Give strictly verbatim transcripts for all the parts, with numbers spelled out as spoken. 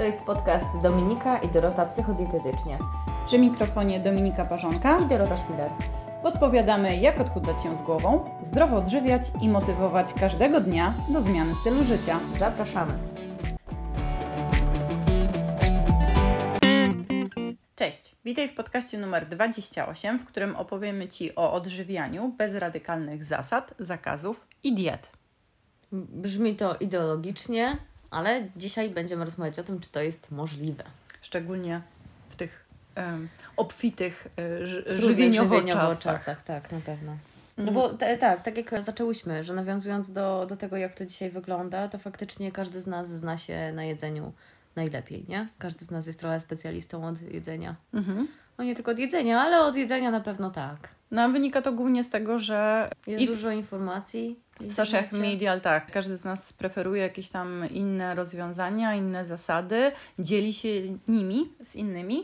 To jest podcast Dominika i Dorota Psychodietetycznie. Przy mikrofonie Dominika Parzonka i Dorota Szpiler. Podpowiadamy, jak odchudzać się z głową, zdrowo odżywiać i motywować każdego dnia do zmiany stylu życia. Zapraszamy. Cześć, witaj w podcaście numer dwadzieścia osiem, w którym opowiemy Ci o odżywianiu bez radykalnych zasad, zakazów i diet. Brzmi to ideologicznie, ale dzisiaj będziemy rozmawiać o tym, czy to jest możliwe. Szczególnie w tych um, obfitych y, ży, Trudnych żywieniowo, żywieniowo czasach. czasach. Tak, na pewno. Mhm. No bo te, tak, tak jak zaczęłyśmy, że nawiązując do, do tego, jak to dzisiaj wygląda, to faktycznie każdy z nas zna się na jedzeniu najlepiej, nie? Każdy z nas jest trochę specjalistą od jedzenia. Mhm. No nie tylko od jedzenia, ale od jedzenia na pewno tak. No a wynika to głównie z tego, że jest i w, dużo informacji. w social media, tak, każdy z nas preferuje jakieś tam inne rozwiązania, inne zasady, dzieli się nimi z innymi.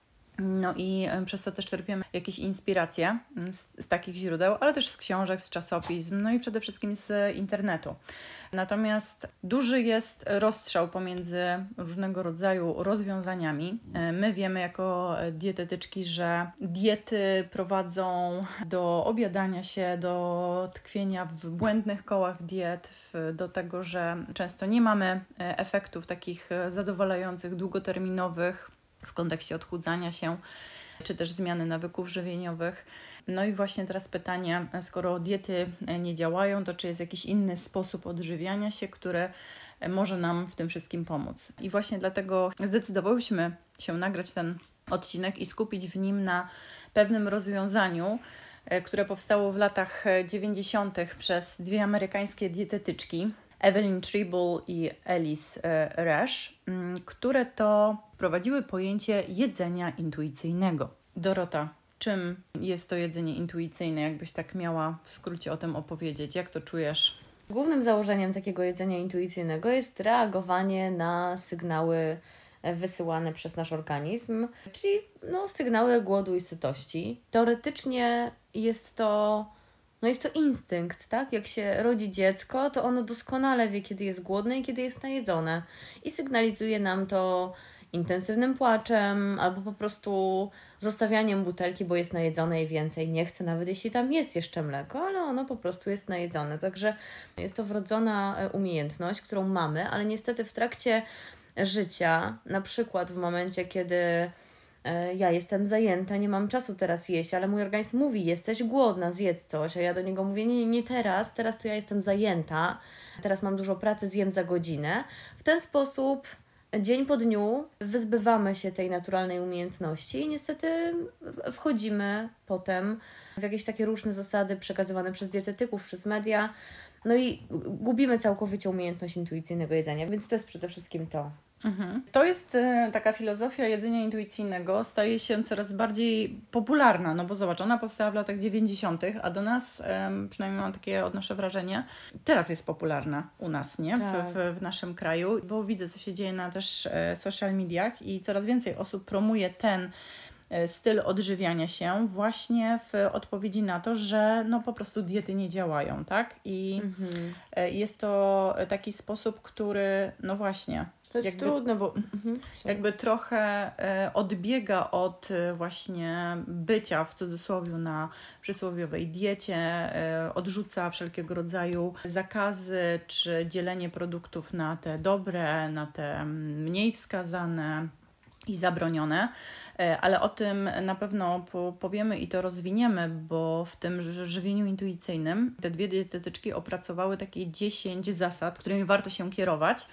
No i przez to też czerpiemy jakieś inspiracje z, z takich źródeł, ale też z książek, z czasopism, no i przede wszystkim z internetu. Natomiast duży jest rozstrzał pomiędzy różnego rodzaju rozwiązaniami. My wiemy jako dietetyczki, że diety prowadzą do obiadania się, do tkwienia w błędnych kołach diet, w, do tego, że często nie mamy efektów takich zadowalających, długoterminowych w kontekście odchudzania się, czy też zmiany nawyków żywieniowych. No i właśnie teraz pytanie, skoro diety nie działają, to czy jest jakiś inny sposób odżywiania się, który może nam w tym wszystkim pomóc. I właśnie dlatego zdecydowałyśmy się nagrać ten odcinek i skupić w nim na pewnym rozwiązaniu, które powstało w latach dziewięćdziesiątych przez dwie amerykańskie dietetyczki, Evelyn Tribble i Alice Resch, które to wprowadziły pojęcie jedzenia intuicyjnego. Dorota, czym jest to jedzenie intuicyjne? Jakbyś tak miała w skrócie o tym opowiedzieć? Jak to czujesz? Głównym założeniem takiego jedzenia intuicyjnego jest reagowanie na sygnały wysyłane przez nasz organizm, czyli no, sygnały głodu i sytości. Teoretycznie jest to No jest to instynkt, tak? Jak się rodzi dziecko, to ono doskonale wie, kiedy jest głodne i kiedy jest najedzone. I sygnalizuje nam to intensywnym płaczem albo po prostu zostawianiem butelki, bo jest najedzone i więcej nie chce, nawet jeśli tam jest jeszcze mleko, ale ono po prostu jest najedzone. Także jest to wrodzona umiejętność, którą mamy, ale niestety w trakcie życia, na przykład w momencie, kiedy ja jestem zajęta, nie mam czasu teraz jeść, ale mój organizm mówi, jesteś głodna, zjedz coś, a ja do niego mówię, nie, nie teraz, teraz to ja jestem zajęta, teraz mam dużo pracy, zjem za godzinę. W ten sposób dzień po dniu wyzbywamy się tej naturalnej umiejętności i niestety wchodzimy potem w jakieś takie różne zasady przekazywane przez dietetyków, przez media, no i gubimy całkowicie umiejętność intuicyjnego jedzenia, więc to jest przede wszystkim to. Mhm. To jest e, taka filozofia jedzenia intuicyjnego, staje się coraz bardziej popularna, no bo zobacz, ona powstała w latach dziewięćdziesiątych, a do nas, e, przynajmniej mam takie odnoszę wrażenie, teraz jest popularna u nas, nie? Tak. W, w, w naszym kraju, bo widzę, co się dzieje na też e, social mediach i coraz więcej osób promuje ten e, styl odżywiania się właśnie w odpowiedzi na to, że no po prostu diety nie działają, tak? I Mhm. e, jest to taki sposób, który, no właśnie, To jest jakby, trudne, bo mhm. jakby trochę e, odbiega od e, właśnie bycia w cudzysłowie na przysłowiowej diecie, e, odrzuca wszelkiego rodzaju zakazy czy dzielenie produktów na te dobre, na te mniej wskazane i zabronione, e, ale o tym na pewno po, powiemy i to rozwiniemy, bo w tym ży- żywieniu intuicyjnym te dwie dietetyczki opracowały takie dziesięć zasad, którymi warto się kierować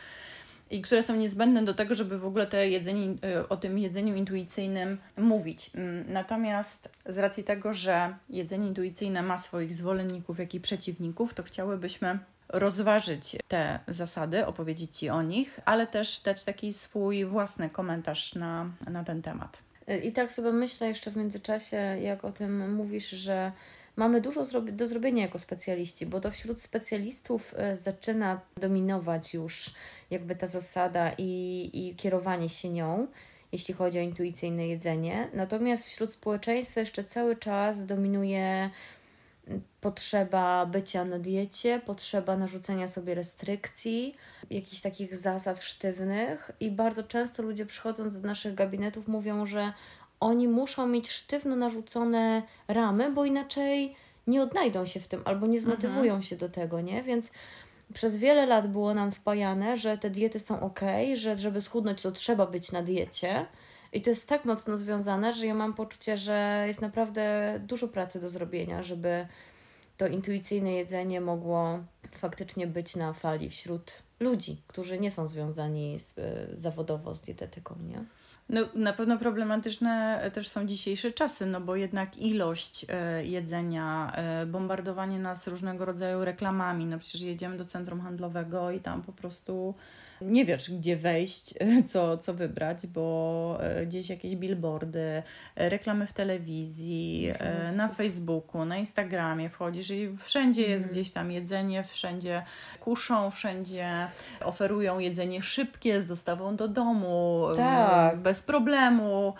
i które są niezbędne do tego, żeby w ogóle te jedzenie, o tym jedzeniu intuicyjnym mówić. Natomiast z racji tego, że jedzenie intuicyjne ma swoich zwolenników, jak i przeciwników, to chciałybyśmy rozważyć te zasady, opowiedzieć Ci o nich, ale też dać taki swój własny komentarz na, na ten temat. I tak sobie myślę jeszcze w międzyczasie, jak o tym mówisz, że mamy dużo zrobi- do zrobienia jako specjaliści, bo to wśród specjalistów y, zaczyna dominować już jakby ta zasada i, i kierowanie się nią, jeśli chodzi o intuicyjne jedzenie. Natomiast wśród społeczeństwa jeszcze cały czas dominuje potrzeba bycia na diecie, potrzeba narzucenia sobie restrykcji, jakichś takich zasad sztywnych i bardzo często ludzie przychodząc do naszych gabinetów mówią, że oni muszą mieć sztywno narzucone ramy, bo inaczej nie odnajdą się w tym albo nie zmotywują mhm. się do tego, nie? Więc przez wiele lat było nam wpajane, że te diety są okej, że żeby schudnąć to trzeba być na diecie. I to jest tak mocno związane, że ja mam poczucie, że jest naprawdę dużo pracy do zrobienia, żeby to intuicyjne jedzenie mogło faktycznie być na fali wśród ludzi, którzy nie są związani z, zawodowo z dietetyką, nie? No, na pewno problematyczne też są dzisiejsze czasy, no bo jednak ilość e, jedzenia, e, bombardowanie nas różnego rodzaju reklamami, no przecież jedziemy do centrum handlowego i tam po prostu nie wiesz, gdzie wejść, co, co wybrać, bo gdzieś jakieś billboardy, reklamy w telewizji, Oczywiście. na Facebooku, na Instagramie wchodzisz i wszędzie jest mm. gdzieś tam jedzenie, wszędzie kuszą, wszędzie oferują jedzenie szybkie z dostawą do domu, tak. bez problemu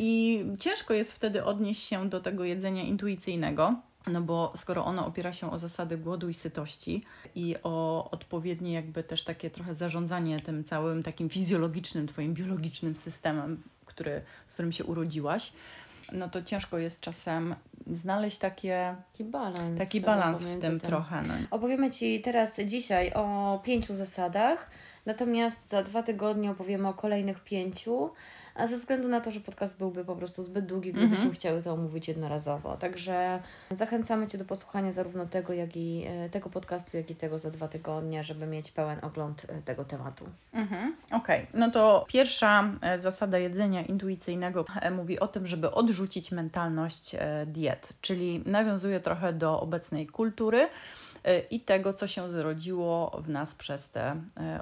i ciężko jest wtedy odnieść się do tego jedzenia intuicyjnego. No bo skoro ono opiera się o zasady głodu i sytości i o odpowiednie jakby też takie trochę zarządzanie tym całym takim fizjologicznym, twoim biologicznym systemem, który, z którym się urodziłaś, no to ciężko jest czasem znaleźć takie, taki balans, taki balans w tym, tym trochę. No. Opowiemy Ci teraz dzisiaj o pięciu zasadach, natomiast za dwa tygodnie opowiemy o kolejnych pięciu, a ze względu na to, że podcast byłby po prostu zbyt długi, gdybyśmy mm-hmm. chciały to omówić jednorazowo. Także zachęcamy Cię do posłuchania zarówno tego, jak i tego podcastu, jak i tego za dwa tygodnie, żeby mieć pełen ogląd tego tematu. Mm-hmm. Okej, okay. No to pierwsza zasada jedzenia intuicyjnego mówi o tym, żeby odrzucić mentalność diet, czyli nawiązuje trochę do obecnej kultury i tego, co się zrodziło w nas przez te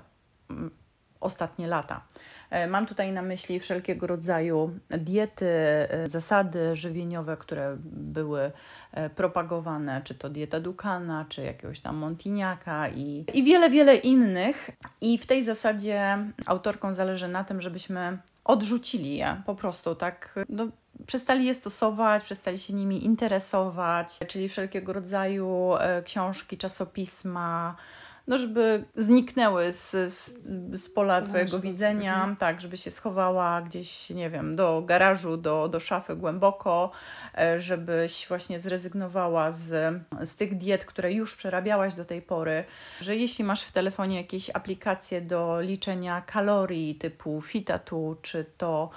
ostatnie lata. Mam tutaj na myśli wszelkiego rodzaju diety, zasady żywieniowe, które były propagowane, czy to dieta Dukana, czy jakiegoś tam Montignaca i, i wiele, wiele innych. I w tej zasadzie autorkom zależy na tym, żebyśmy odrzucili je po prostu, tak, no, przestali je stosować, przestali się nimi interesować, czyli wszelkiego rodzaju książki, czasopisma, no żeby zniknęły z, z, z pola Twojego widzenia, mhm. tak, żeby się schowała gdzieś, nie wiem, do garażu, do, do szafy głęboko, żebyś właśnie zrezygnowała z, z tych diet, które już przerabiałaś do tej pory, że jeśli masz w telefonie jakieś aplikacje do liczenia kalorii typu Fitatu, czy to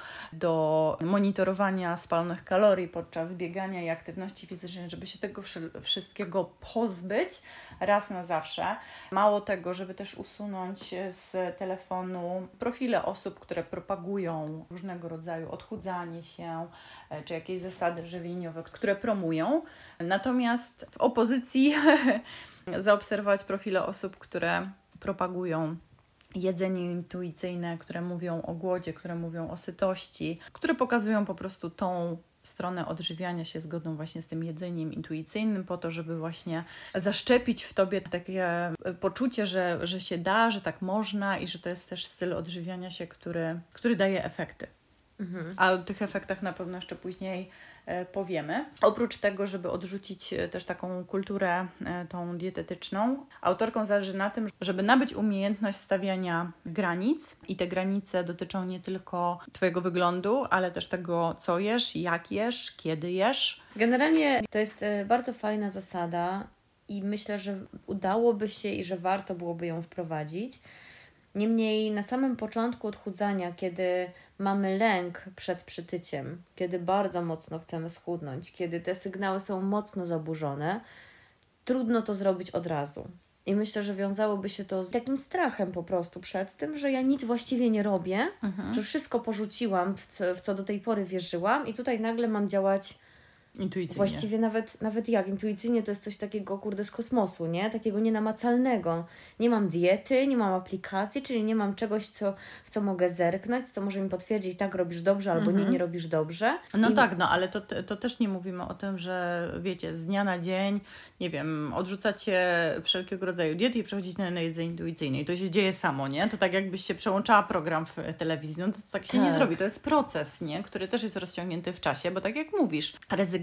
do monitorowania spalonych kalorii podczas biegania i aktywności fizycznej, żeby się tego wszystkiego pozbyć raz na zawsze. Mało tego, żeby też usunąć z telefonu profile osób, które propagują różnego rodzaju odchudzanie się, czy jakieś zasady żywieniowe, które promują. Natomiast w opozycji zaobserwować profile osób, które propagują jedzenie intuicyjne, które mówią o głodzie, które mówią o sytości, które pokazują po prostu tą stronę odżywiania się zgodną właśnie z tym jedzeniem intuicyjnym po to, żeby właśnie zaszczepić w Tobie takie poczucie, że, że się da, że tak można i że to jest też styl odżywiania się, który, który daje efekty. Mhm. A o tych efektach na pewno jeszcze później e, powiemy. Oprócz tego, żeby odrzucić też taką kulturę e, tą dietetyczną, autorkom zależy na tym, żeby nabyć umiejętność stawiania granic i te granice dotyczą nie tylko Twojego wyglądu, ale też tego, co jesz, jak jesz, kiedy jesz. Generalnie to jest e, bardzo fajna zasada i myślę, że udałoby się i że warto byłoby ją wprowadzić. Niemniej na samym początku odchudzania, kiedy mamy lęk przed przytyciem, kiedy bardzo mocno chcemy schudnąć, kiedy te sygnały są mocno zaburzone, trudno to zrobić od razu. I myślę, że wiązałoby się to z takim strachem po prostu przed tym, że ja nic właściwie nie robię, mhm. że wszystko porzuciłam, w co, w co do tej pory wierzyłam i tutaj nagle mam działać intuicyjnie. Właściwie nawet, nawet jak, intuicyjnie to jest coś takiego, kurde, z kosmosu, nie? Takiego nienamacalnego. Nie mam diety, nie mam aplikacji, czyli nie mam czegoś, co, w co mogę zerknąć, co może mi potwierdzić, tak robisz dobrze, albo mhm. nie, nie robisz dobrze. No I... tak, no ale to, to też nie mówimy o tym, że wiecie, z dnia na dzień, nie wiem, odrzucacie wszelkiego rodzaju diety i przechodzicie na jedzenie intuicyjne i to się dzieje samo, nie? To tak jakbyś się przełączała program w telewizji, no to tak się tak. nie zrobi. To jest proces, nie? Który też jest rozciągnięty w czasie, bo tak jak mówisz, rezygnacja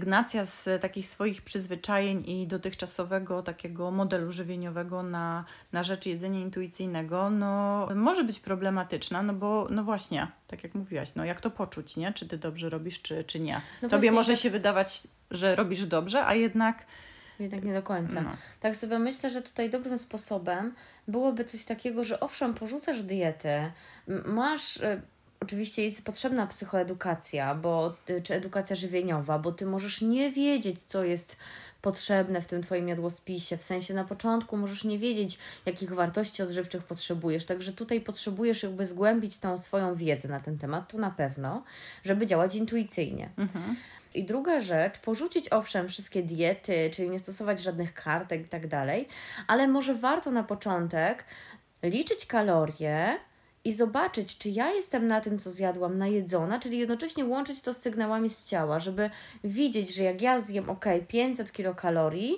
rezygnacja z takich swoich przyzwyczajeń i dotychczasowego takiego modelu żywieniowego na, na rzecz jedzenia intuicyjnego, no może być problematyczna, no bo no właśnie, tak jak mówiłaś, no jak to poczuć, nie? Czy ty dobrze robisz, czy, czy nie. No Tobie właśnie, może tak... się wydawać, że robisz dobrze, a jednak... Jednak nie do końca. No. Tak sobie myślę, że tutaj dobrym sposobem byłoby coś takiego, że owszem, porzucasz dietę, masz... Oczywiście jest potrzebna psychoedukacja, bo, czy edukacja żywieniowa, bo Ty możesz nie wiedzieć, co jest potrzebne w tym Twoim jadłospisie. W sensie na początku możesz nie wiedzieć, jakich wartości odżywczych potrzebujesz. Także tutaj potrzebujesz jakby zgłębić tą swoją wiedzę na ten temat, to na pewno, żeby działać intuicyjnie. Mhm. I druga rzecz, porzucić owszem wszystkie diety, czyli nie stosować żadnych kartek i tak dalej, ale może warto na początek liczyć kalorie i zobaczyć, czy ja jestem na tym, co zjadłam, najedzona, czyli jednocześnie łączyć to z sygnałami z ciała, żeby widzieć, że jak ja zjem, ok, pięćset kilokalorii,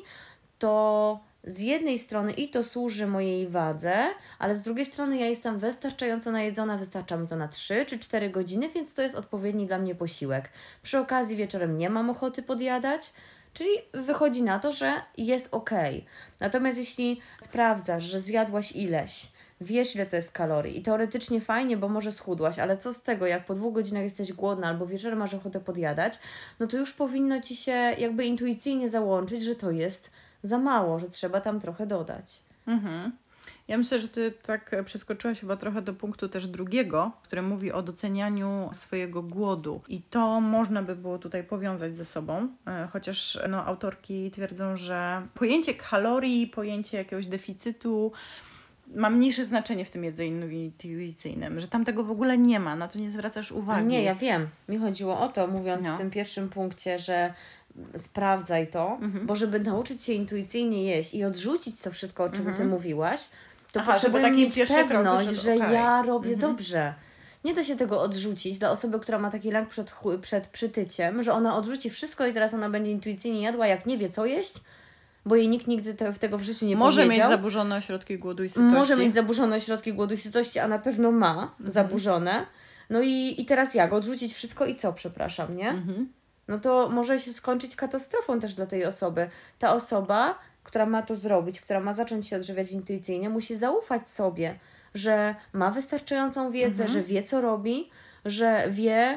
to z jednej strony i to służy mojej wadze, ale z drugiej strony ja jestem wystarczająco najedzona, wystarcza mi to na trzy czy cztery godziny, więc to jest odpowiedni dla mnie posiłek. Przy okazji wieczorem nie mam ochoty podjadać, czyli wychodzi na to, że jest ok. Natomiast jeśli sprawdzasz, że zjadłaś ileś, wiesz, ile to jest kalorii i teoretycznie fajnie, bo może schudłaś, ale co z tego, jak po dwóch godzinach jesteś głodna albo wieczorem masz ochotę podjadać, no to już powinno Ci się jakby intuicyjnie załączyć, że to jest za mało, że trzeba tam trochę dodać. Mhm. Ja myślę, że Ty tak przeskoczyłaś chyba trochę do punktu też drugiego, który mówi o docenianiu swojego głodu. I to można by było tutaj powiązać ze sobą, chociaż no, autorki twierdzą, że pojęcie kalorii, pojęcie jakiegoś deficytu ma mniejsze znaczenie w tym jedzeniu intuicyjnym, że tam tego w ogóle nie ma, na to nie zwracasz uwagi. Nie, ja wiem. Mi chodziło o to, mówiąc no. w tym pierwszym punkcie, że sprawdzaj to, mhm. bo żeby nauczyć się intuicyjnie jeść i odrzucić to wszystko, o czym mhm. Ty mówiłaś, to Aha, potrzebuję mieć pewność, krok, żeby, że okay. ja robię mhm. dobrze. Nie da się tego odrzucić dla osoby, która ma taki lęk przed, przed przytyciem, że ona odrzuci wszystko i teraz ona będzie intuicyjnie jadła, jak nie wie co jeść, bo jej nikt nigdy te, tego w życiu nie Może powiedział. Może mieć zaburzone ośrodki głodu i sytości. Może mieć zaburzone ośrodki głodu i sytości, a na pewno ma mhm. zaburzone. No i, i teraz jak? Odrzucić wszystko i co, przepraszam, nie? Mhm. No to może się skończyć katastrofą też dla tej osoby. Ta osoba, która ma to zrobić, która ma zacząć się odżywiać intuicyjnie, musi zaufać sobie, że ma wystarczającą wiedzę, mhm. że wie, co robi, że wie,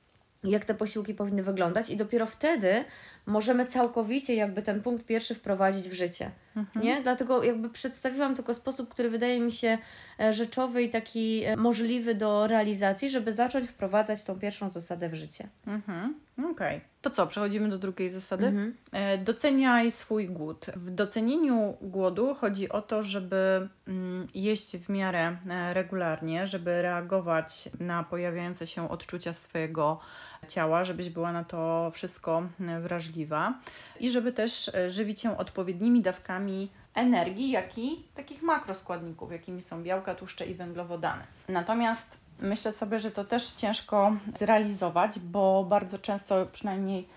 jak te posiłki powinny wyglądać i dopiero wtedy możemy całkowicie jakby ten punkt pierwszy wprowadzić w życie. Mhm. Nie? Dlatego jakby przedstawiłam tylko sposób, który wydaje mi się rzeczowy i taki możliwy do realizacji, żeby zacząć wprowadzać tą pierwszą zasadę w życie. Mhm. Okej. Okay. To co, przechodzimy do drugiej zasady? Mhm. E, doceniaj swój głód. W docenieniu głodu chodzi o to, żeby mm, jeść w miarę regularnie, żeby reagować na pojawiające się odczucia swojego ciała, żebyś była na to wszystko wrażliwa i żeby też żywić się odpowiednimi dawkami energii, jak i takich makroskładników, jakimi są białka, tłuszcze i węglowodany. Natomiast myślę sobie, że to też ciężko zrealizować, bo bardzo często, przynajmniej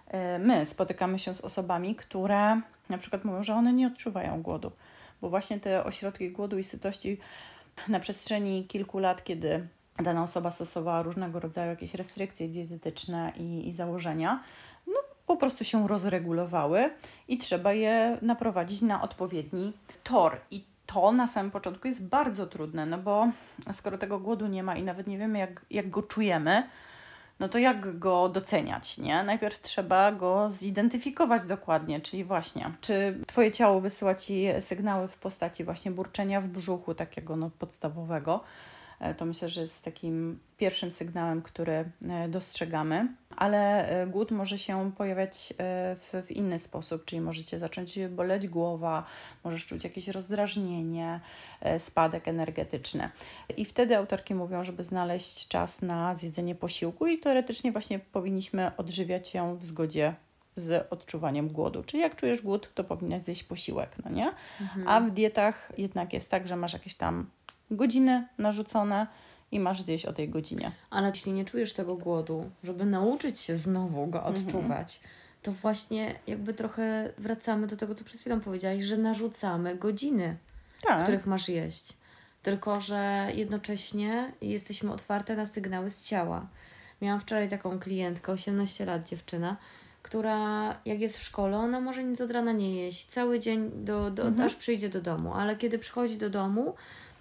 my, spotykamy się z osobami, które na przykład mówią, że one nie odczuwają głodu, bo właśnie te ośrodki głodu i sytości na przestrzeni kilku lat, kiedy dana osoba stosowała różnego rodzaju jakieś restrykcje dietetyczne i, i założenia, no po prostu się rozregulowały i trzeba je naprowadzić na odpowiedni tor. I to na samym początku jest bardzo trudne, no bo skoro tego głodu nie ma i nawet nie wiemy, jak, jak go czujemy, no to jak go doceniać, nie? Najpierw trzeba go zidentyfikować dokładnie, czyli właśnie, czy Twoje ciało wysyła Ci sygnały w postaci właśnie burczenia w brzuchu, takiego no podstawowego. To myślę, że jest takim pierwszym sygnałem, który dostrzegamy, ale głód może się pojawiać w, w inny sposób, czyli możecie zacząć boleć głowa, możesz czuć jakieś rozdrażnienie, spadek energetyczny. I wtedy autorki mówią, żeby znaleźć czas na zjedzenie posiłku i teoretycznie właśnie powinniśmy odżywiać się w zgodzie z odczuwaniem głodu. Czyli jak czujesz głód, to powinnaś zjeść posiłek, no nie? Mhm. A w dietach jednak jest tak, że masz jakieś tam godziny narzucone i masz zjeść o tej godzinie. Ale jeśli nie czujesz tego głodu, żeby nauczyć się znowu go odczuwać, mhm. to właśnie jakby trochę wracamy do tego, co przed chwilą powiedziałaś, że narzucamy godziny, tak. w których masz jeść. Tylko że jednocześnie jesteśmy otwarte na sygnały z ciała. Miałam wczoraj taką klientkę, osiemnaście lat dziewczyna, która jak jest w szkole, ona może nic od rana nie jeść, cały dzień do, do, Mhm. aż przyjdzie do domu, ale kiedy przychodzi do domu,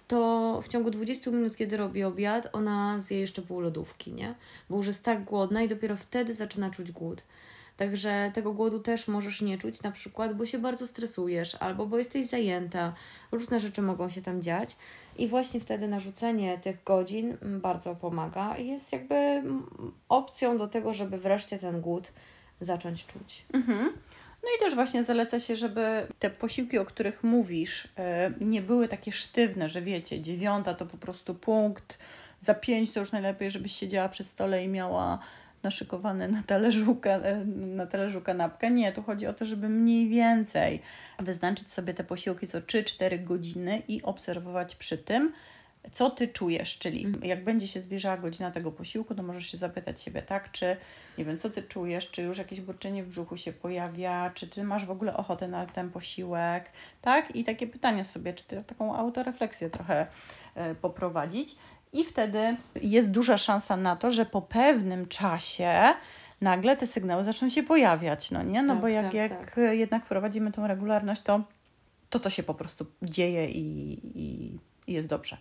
to w ciągu dwudziestu minut, kiedy robi obiad, ona zje jeszcze pół lodówki, nie? Bo już jest tak głodna i dopiero wtedy zaczyna czuć głód. Także tego głodu też możesz nie czuć, na przykład, bo się bardzo stresujesz, albo bo jesteś zajęta. Różne rzeczy mogą się tam dziać i właśnie wtedy narzucenie tych godzin bardzo pomaga i jest jakby opcją do tego, żeby wreszcie ten głód zacząć czuć. Mhm. No i też właśnie zaleca się, żeby te posiłki, o których mówisz, yy, nie były takie sztywne, że wiecie, dziewiąta to po prostu punkt, za pięć to już najlepiej, żebyś siedziała przy stole i miała naszykowane na talerzu, na talerzu kanapkę. Nie, tu chodzi o to, żeby mniej więcej wyznaczyć sobie te posiłki co trzy cztery godziny i obserwować przy tym, co Ty czujesz, czyli mm. jak będzie się zbliżała godzina tego posiłku, to możesz się zapytać siebie, tak, czy nie wiem, co Ty czujesz, czy już jakieś burczenie w brzuchu się pojawia, czy Ty masz w ogóle ochotę na ten posiłek, tak, i takie pytania sobie, czy Ty taką autorefleksję trochę y, poprowadzić. I wtedy jest duża szansa na to, że po pewnym czasie nagle te sygnały zaczną się pojawiać, no nie? No tak, bo jak, tak, jak tak. jednak wprowadzimy tą regularność, to to, to się po prostu dzieje i, i, i jest dobrze.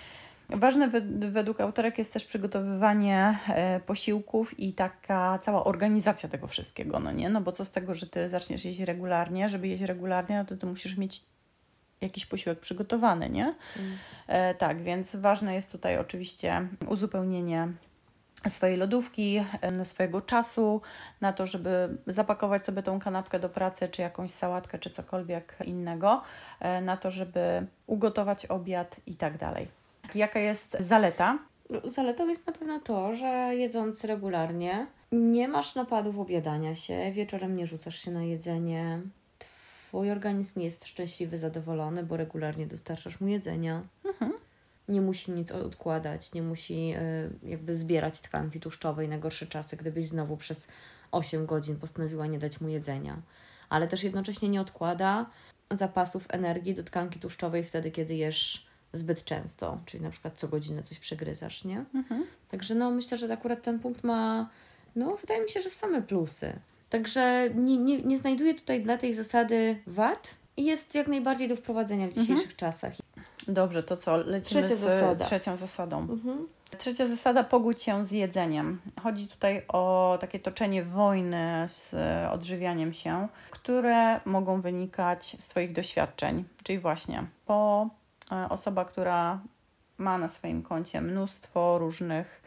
Ważne według autorek jest też przygotowywanie e, posiłków i taka cała organizacja tego wszystkiego, no nie? No bo co z tego, że Ty zaczniesz jeść regularnie, żeby jeść regularnie, no to Ty musisz mieć jakiś posiłek przygotowany, nie? E, tak, więc ważne jest tutaj oczywiście uzupełnienie swojej lodówki, e, swojego czasu na to, żeby zapakować sobie tą kanapkę do pracy, czy jakąś sałatkę, czy cokolwiek innego, e, na to, żeby ugotować obiad i tak dalej. Jaka jest zaleta? Zaletą jest na pewno to, że jedząc regularnie nie masz napadów obiadania się, wieczorem nie rzucasz się na jedzenie, Twój organizm jest szczęśliwy, zadowolony, bo regularnie dostarczasz mu jedzenia. Mhm. Nie musi nic odkładać, nie musi y, jakby zbierać tkanki tłuszczowej na gorsze czasy, gdybyś znowu przez osiem godzin postanowiła nie dać mu jedzenia. Ale też jednocześnie nie odkłada zapasów energii do tkanki tłuszczowej wtedy, kiedy jesz zbyt często, czyli na przykład co godzinę coś przegryzasz, nie? Mhm. Także no myślę, że akurat ten punkt ma, no wydaje mi się, że same plusy. Także nie, nie, nie znajduję tutaj dla tej zasady wad i jest jak najbardziej do wprowadzenia w dzisiejszych mhm. czasach. Dobrze, to co? Lecimy Trzecia z zasada. trzecią zasadą. Mhm. Trzecia zasada, pogódź się z jedzeniem. Chodzi tutaj o takie toczenie wojny z odżywianiem się, które mogą wynikać z Twoich doświadczeń. Czyli właśnie po osoba, która ma na swoim koncie mnóstwo różnych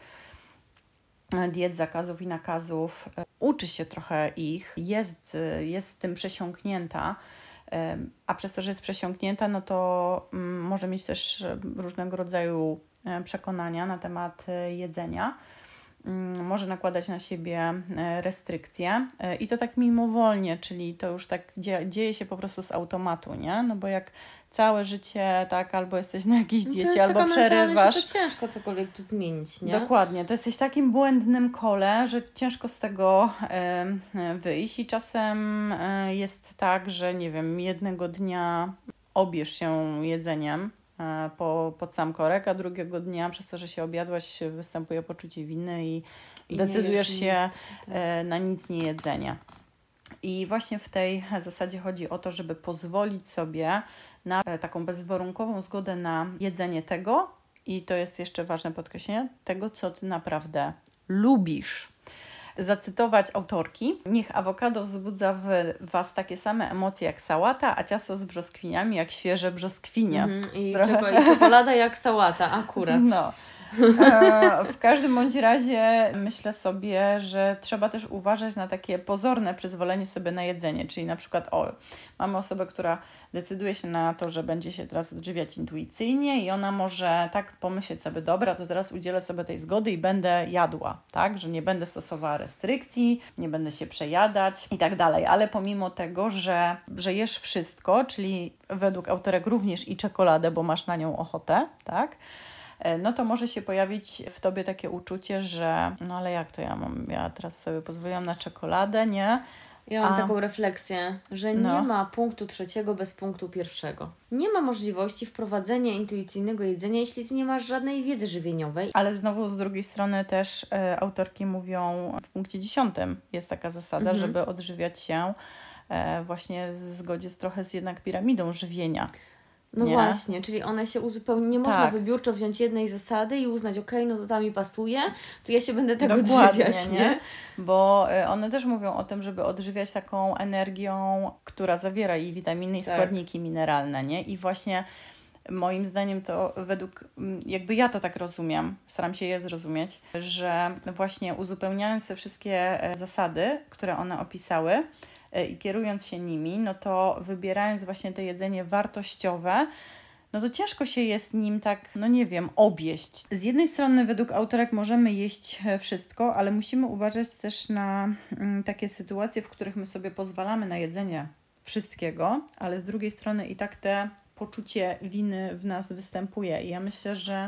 diet, zakazów i nakazów, uczy się trochę ich, jest, jest tym przesiąknięta, a przez to, że jest przesiąknięta, no to może mieć też różnego rodzaju przekonania na temat jedzenia. Może nakładać na siebie restrykcje i to tak mimowolnie, czyli to już tak dzie- dzieje się po prostu z automatu, nie? No bo jak całe życie, tak, albo jesteś na jakiejś diecie, no albo przerywasz. To ciężko cokolwiek tu zmienić, nie? Dokładnie, to jesteś w takim błędnym kole, że ciężko z tego y, wyjść i czasem y, jest tak, że nie wiem, jednego dnia obierz się jedzeniem y, po, pod sam korek, a drugiego dnia przez to, że się objadłaś, występuje poczucie winy i, I decydujesz się nic, tak. y, na nic nie jedzenie. I właśnie w tej zasadzie chodzi o to, żeby pozwolić sobie na taką bezwarunkową zgodę na jedzenie tego, i to jest jeszcze ważne podkreślenie, tego, co Ty naprawdę lubisz. Zacytować autorki. Niech awokado wzbudza w Was takie same emocje jak sałata, a ciasto z brzoskwiniami jak świeże brzoskwinie. Mm, i, Trochę... I czekolada jak sałata, akurat. No. E, w każdym bądź razie myślę sobie, że trzeba też uważać na takie pozorne przyzwolenie sobie na jedzenie, czyli na przykład o, mamy osobę, która decyduje się na to, że będzie się teraz odżywiać intuicyjnie i ona może tak pomyśleć sobie, dobra, to teraz udzielę sobie tej zgody i będę jadła, tak, że nie będę stosowała restrykcji, nie będę się przejadać i tak dalej, ale pomimo tego, że, że jesz wszystko, czyli według autorek również i czekoladę, bo masz na nią ochotę, tak, no to może się pojawić w Tobie takie uczucie, że no ale jak to ja mam, ja teraz sobie pozwoliłam na czekoladę, nie? Ja mam A, taką refleksję, że no. nie ma punktu trzeciego bez punktu pierwszego. Nie ma możliwości wprowadzenia intuicyjnego jedzenia, jeśli ty nie masz żadnej wiedzy żywieniowej. Ale znowu z drugiej strony też e, autorki mówią, w punkcie dziesiątym jest taka zasada, Mhm. żeby odżywiać się e, właśnie w zgodzie z trochę z jednak piramidą żywienia. No Nie? właśnie, czyli one się uzupełnią. Nie można Tak. wybiórczo wziąć jednej zasady i uznać, okej, no to ta mi pasuje, to ja się będę tego Dokładnie, odżywiać, nie? nie? Bo y, one też mówią o tym, żeby odżywiać taką energią, która zawiera i witaminy, i Tak. składniki mineralne, nie? I właśnie moim zdaniem to według, m, jakby ja to tak rozumiem, staram się je zrozumieć, że właśnie uzupełniając te wszystkie e, zasady, które one opisały e, i kierując się nimi, no to wybierając właśnie to jedzenie wartościowe, no to ciężko się jest nim tak, no nie wiem, objeść. Z jednej strony według autorek możemy jeść e, wszystko, ale musimy uważać też na mm, takie sytuacje, w których my sobie pozwalamy na jedzenie wszystkiego, ale z drugiej strony i tak te poczucie winy w nas występuje. I ja myślę, że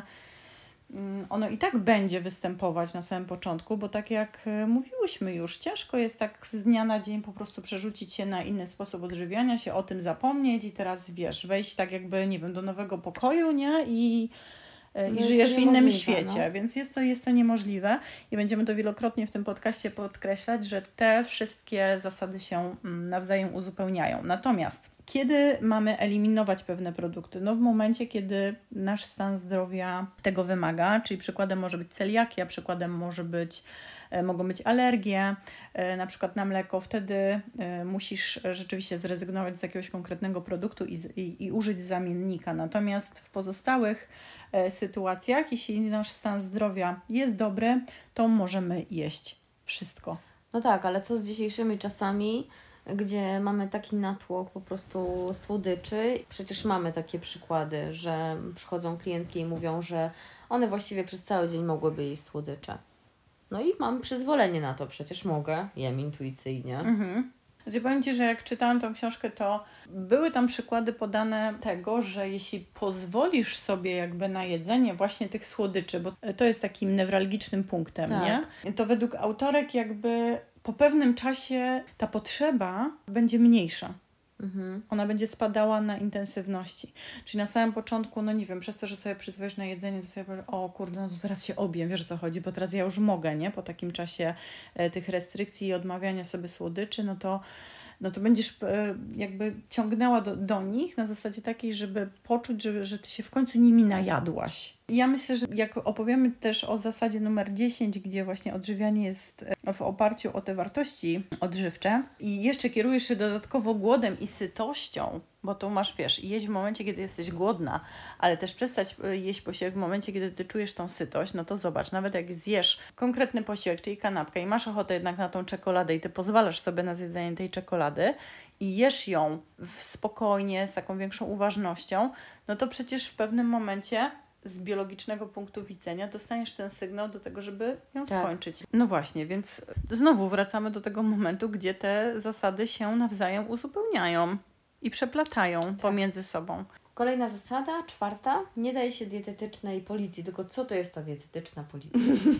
mm, ono i tak będzie występować na samym początku, bo tak jak e, mówiłyśmy już, ciężko jest tak z dnia na dzień po prostu przerzucić się na inny sposób odżywiania się, o tym zapomnieć i teraz, wiesz, wejść tak jakby, nie wiem, do nowego pokoju, nie? I, e, No i jest żyjesz to w innym niemożliwe, świecie, no. więc jest to, jest to niemożliwe i będziemy to wielokrotnie w tym podcaście podkreślać, że te wszystkie zasady się mm, nawzajem uzupełniają. Natomiast kiedy mamy eliminować pewne produkty? No w momencie, kiedy nasz stan zdrowia tego wymaga, czyli przykładem może być celiakia, przykładem może być, e, mogą być alergie, e, na przykład na mleko, wtedy e, musisz rzeczywiście zrezygnować z jakiegoś konkretnego produktu i, z, i, i użyć zamiennika. Natomiast w pozostałych e, sytuacjach, jeśli nasz stan zdrowia jest dobry, to możemy jeść wszystko. No tak, ale co z dzisiejszymi czasami, gdzie mamy taki natłok po prostu słodyczy? Przecież mamy takie przykłady, że przychodzą klientki i mówią, że one właściwie przez cały dzień mogłyby jeść słodycze. No i mam przyzwolenie na to, przecież mogę, jem intuicyjnie. Mhm. Znaczy, powiem Ci, że jak czytałam tą książkę, to były tam przykłady podane tego, że jeśli pozwolisz sobie jakby na jedzenie właśnie tych słodyczy, bo to jest takim newralgicznym punktem, Tak. nie? To według autorek jakby po pewnym czasie ta potrzeba będzie mniejsza. Mhm. Ona będzie spadała na intensywności. Czyli na samym początku, no nie wiem, przez to, że sobie przyzwolisz na jedzenie, to sobie powiesz, o kurde, no to teraz się objem, wiesz o co chodzi, bo teraz ja już mogę, nie? Po takim czasie e, tych restrykcji i odmawiania sobie słodyczy, no to no to będziesz e, jakby ciągnęła do, do nich na zasadzie takiej, żeby poczuć, że, że ty się w końcu nimi najadłaś. I ja myślę, że jak opowiemy też o zasadzie numer dziesięć, gdzie właśnie odżywianie jest w oparciu o te wartości odżywcze i jeszcze kierujesz się dodatkowo głodem i sytością, bo tu masz, wiesz, jeść w momencie, kiedy jesteś głodna, ale też przestać jeść posiłek w momencie, kiedy ty czujesz tą sytość, no to zobacz, nawet jak zjesz konkretny posiłek, czyli kanapkę i masz ochotę jednak na tą czekoladę i ty pozwalasz sobie na zjedzenie tej czekolady i jesz ją w spokojnie, z taką większą uważnością, no to przecież w pewnym momencie z biologicznego punktu widzenia dostaniesz ten sygnał do tego, żeby ją Tak. skończyć. No właśnie, więc znowu wracamy do tego momentu, gdzie te zasady się nawzajem uzupełniają i przeplatają pomiędzy sobą. Kolejna zasada, czwarta. Nie daje się dietetycznej policji, tylko co to jest ta dietetyczna policja?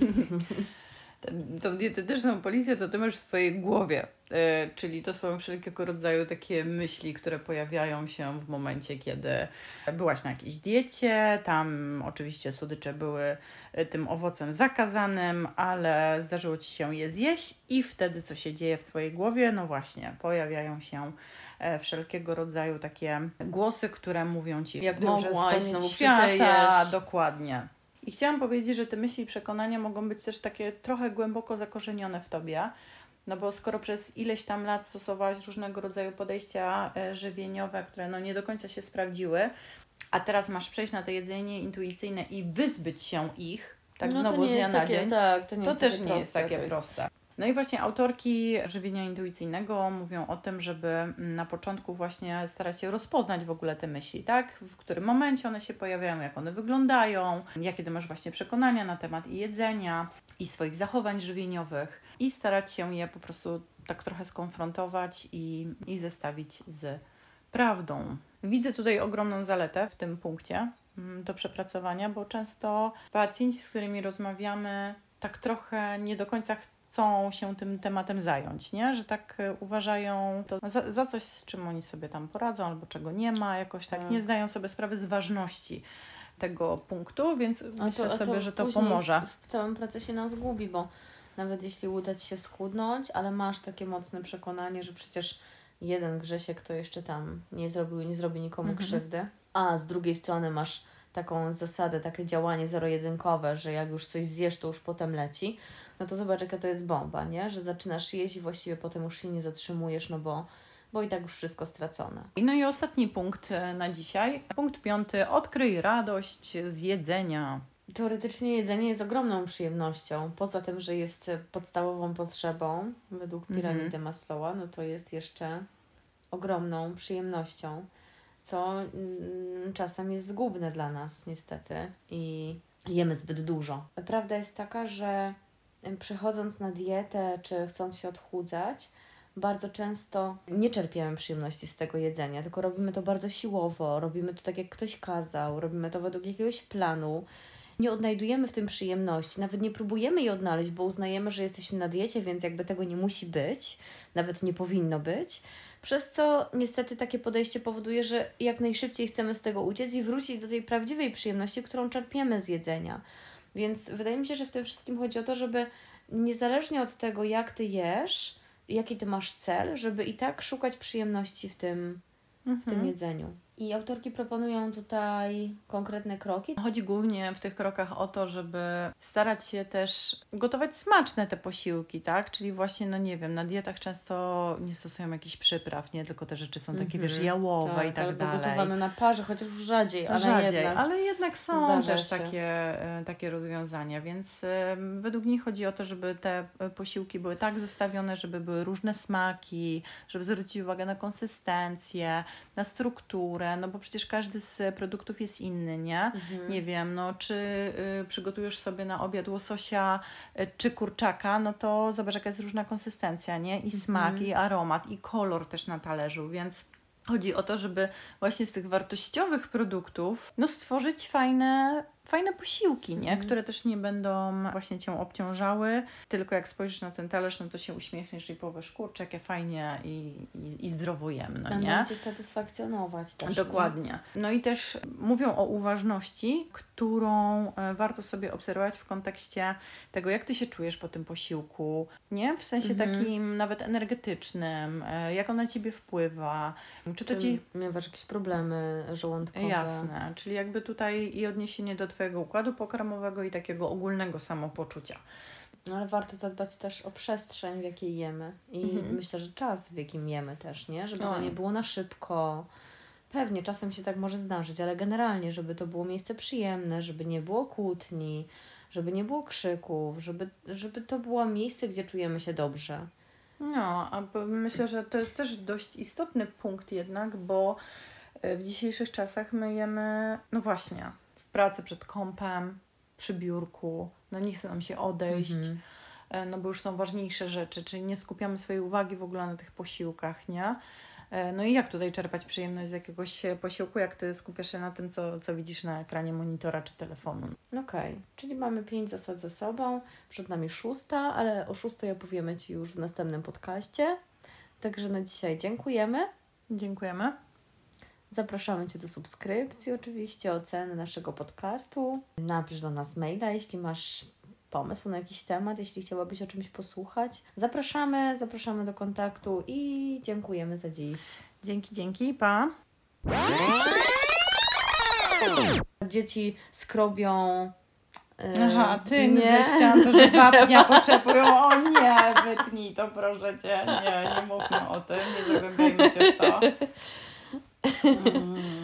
Tą dietetyczną policję to ty masz w swojej głowie, yy, czyli to są wszelkiego rodzaju takie myśli, które pojawiają się w momencie, kiedy byłaś na jakiejś diecie, tam oczywiście słodycze były tym owocem zakazanym, ale zdarzyło Ci się je zjeść i wtedy co się dzieje w Twojej głowie? No właśnie, pojawiają się e, wszelkiego rodzaju takie głosy, które mówią Ci, Jak że jest mogłaś, koniec znowu świata, przytyjesz. dokładnie. I chciałam powiedzieć, że te myśli i przekonania mogą być też takie trochę głęboko zakorzenione w Tobie, no bo skoro przez ileś tam lat stosowałaś różnego rodzaju podejścia e, żywieniowe, które no nie do końca się sprawdziły, a teraz masz przejść na to jedzenie intuicyjne i wyzbyć się ich, tak No to znowu nie z dnia jest na takie, dzień, tak, to nie to jest też takie nie jest proste, takie to jest- proste. No i właśnie autorki żywienia intuicyjnego mówią o tym, żeby na początku właśnie starać się rozpoznać w ogóle te myśli, tak? W którym momencie one się pojawiają, jak one wyglądają, jakie ty masz właśnie przekonania na temat i jedzenia, i swoich zachowań żywieniowych i starać się je po prostu tak trochę skonfrontować i, i zestawić z prawdą. Widzę tutaj ogromną zaletę w tym punkcie mm, do przepracowania, bo często pacjenci, z którymi rozmawiamy, tak trochę nie do końca ch- chcą się tym tematem zająć, nie? Że tak uważają to za, za coś, z czym oni sobie tam poradzą, albo czego nie ma, jakoś tak, tak. nie zdają sobie sprawy z ważności tego punktu, więc a myślę to, sobie, to że to pomoże. W, w całym procesie nas gubi, bo nawet jeśli uda Ci się schudnąć, ale masz takie mocne przekonanie, że przecież jeden Grzesiek to jeszcze tam nie zrobił, nie zrobi nikomu mhm. krzywdy, a z drugiej strony masz taką zasadę, takie działanie zero-jedynkowe, że jak już coś zjesz, to już potem leci, no to zobacz, jaka to jest bomba, nie? Że zaczynasz jeść i właściwie potem już się nie zatrzymujesz, no bo, bo i tak już wszystko stracone. No i ostatni punkt na dzisiaj. Punkt piąty. Odkryj radość z jedzenia. Teoretycznie jedzenie jest ogromną przyjemnością. Poza tym, że jest podstawową potrzebą według piramidy mm-hmm. Maslowa, no to jest jeszcze ogromną przyjemnością, co mm, czasem jest zgubne dla nas niestety i jemy zbyt dużo. Prawda jest taka, że przechodząc na dietę czy chcąc się odchudzać, bardzo często nie czerpiemy przyjemności z tego jedzenia, tylko robimy to bardzo siłowo, robimy to tak jak ktoś kazał, robimy to według jakiegoś planu. Nie odnajdujemy w tym przyjemności, nawet nie próbujemy jej odnaleźć, bo uznajemy, że jesteśmy na diecie, więc jakby tego nie musi być, nawet nie powinno być, przez co niestety takie podejście powoduje, że jak najszybciej chcemy z tego uciec i wrócić do tej prawdziwej przyjemności, którą czerpiemy z jedzenia. Więc wydaje mi się, że w tym wszystkim chodzi o to, żeby niezależnie od tego, jak Ty jesz, jaki Ty masz cel, żeby i tak szukać przyjemności w tym, mhm. w tym jedzeniu. I autorki proponują tutaj konkretne kroki. Chodzi głównie w tych krokach o to, żeby starać się też gotować smaczne te posiłki, tak? Czyli właśnie, no nie wiem, na dietach często nie stosują jakichś przypraw, nie? Tylko te rzeczy są takie, mm-hmm. wiesz, jałowe tak, i tak albo dalej. gotowane na parze, chociaż już rzadziej, ale rzadziej, jednak ale jednak są też się. takie, takie rozwiązania, więc y, według nich chodzi o to, żeby te posiłki były tak zestawione, żeby były różne smaki, żeby zwrócić uwagę na konsystencję, na strukturę, no bo przecież każdy z produktów jest inny, nie? Mhm. Nie wiem, no czy y, przygotujesz sobie na obiad łososia y, czy kurczaka, no to zobacz, jaka jest różna konsystencja, nie? I smak, mhm. i aromat, i kolor też na talerzu, więc chodzi o to, żeby właśnie z tych wartościowych produktów no stworzyć fajne, fajne posiłki, nie? Mm. Które też nie będą właśnie Cię obciążały, tylko jak spojrzysz na ten talerz, no to się uśmiechniesz i powiesz, kurczę, jakie fajnie i, i, i zdrowo jem, no nie? Będą Cię satysfakcjonować też. Dokładnie. Nie? No i też mówią o uważności, którą warto sobie obserwować w kontekście tego, jak Ty się czujesz po tym posiłku, nie? W sensie mm-hmm. takim nawet energetycznym, jak on na Ciebie wpływa. Czy to Ci... miewasz jakieś problemy żołądkowe? Jasne, czyli jakby tutaj i odniesienie do Twojego układu pokarmowego i takiego ogólnego samopoczucia. No ale warto zadbać też o przestrzeń, w jakiej jemy i mhm. myślę, że czas, w jakim jemy też, nie? Żeby to nie było na szybko. Pewnie czasem się tak może zdarzyć, ale generalnie, żeby to było miejsce przyjemne, żeby nie było kłótni, żeby nie było krzyków, żeby, żeby to było miejsce, gdzie czujemy się dobrze. No, a myślę, że to jest też dość istotny punkt jednak, bo w dzisiejszych czasach my jemy, no właśnie, w pracy przed kompem, przy biurku, no nie chce nam się odejść, mm-hmm. no bo już są ważniejsze rzeczy, czyli nie skupiamy swojej uwagi w ogóle na tych posiłkach, nie? No i jak tutaj czerpać przyjemność z jakiegoś posiłku, jak Ty skupiasz się na tym, co, co widzisz na ekranie monitora czy telefonu? Okej, okay. Czyli mamy pięć zasad ze sobą, przed nami szósta, ale o szóstej opowiemy Ci już w następnym podcaście. Także na dzisiaj dziękujemy. Dziękujemy. Zapraszamy Cię do subskrypcji oczywiście, oceny naszego podcastu. Napisz do nas maila, jeśli masz pomysł na jakiś temat, jeśli chciałabyś o czymś posłuchać. Zapraszamy, zapraszamy do kontaktu i dziękujemy za dziś. Dzięki, dzięki, pa! Dzieci skrobią... Yy, Aha, ty nie chciałam, to że wapnia potrzebują. O nie, wytnij to, proszę Cię. Nie, nie mówmy o tym, nie zagłębiajmy się w to. Mm.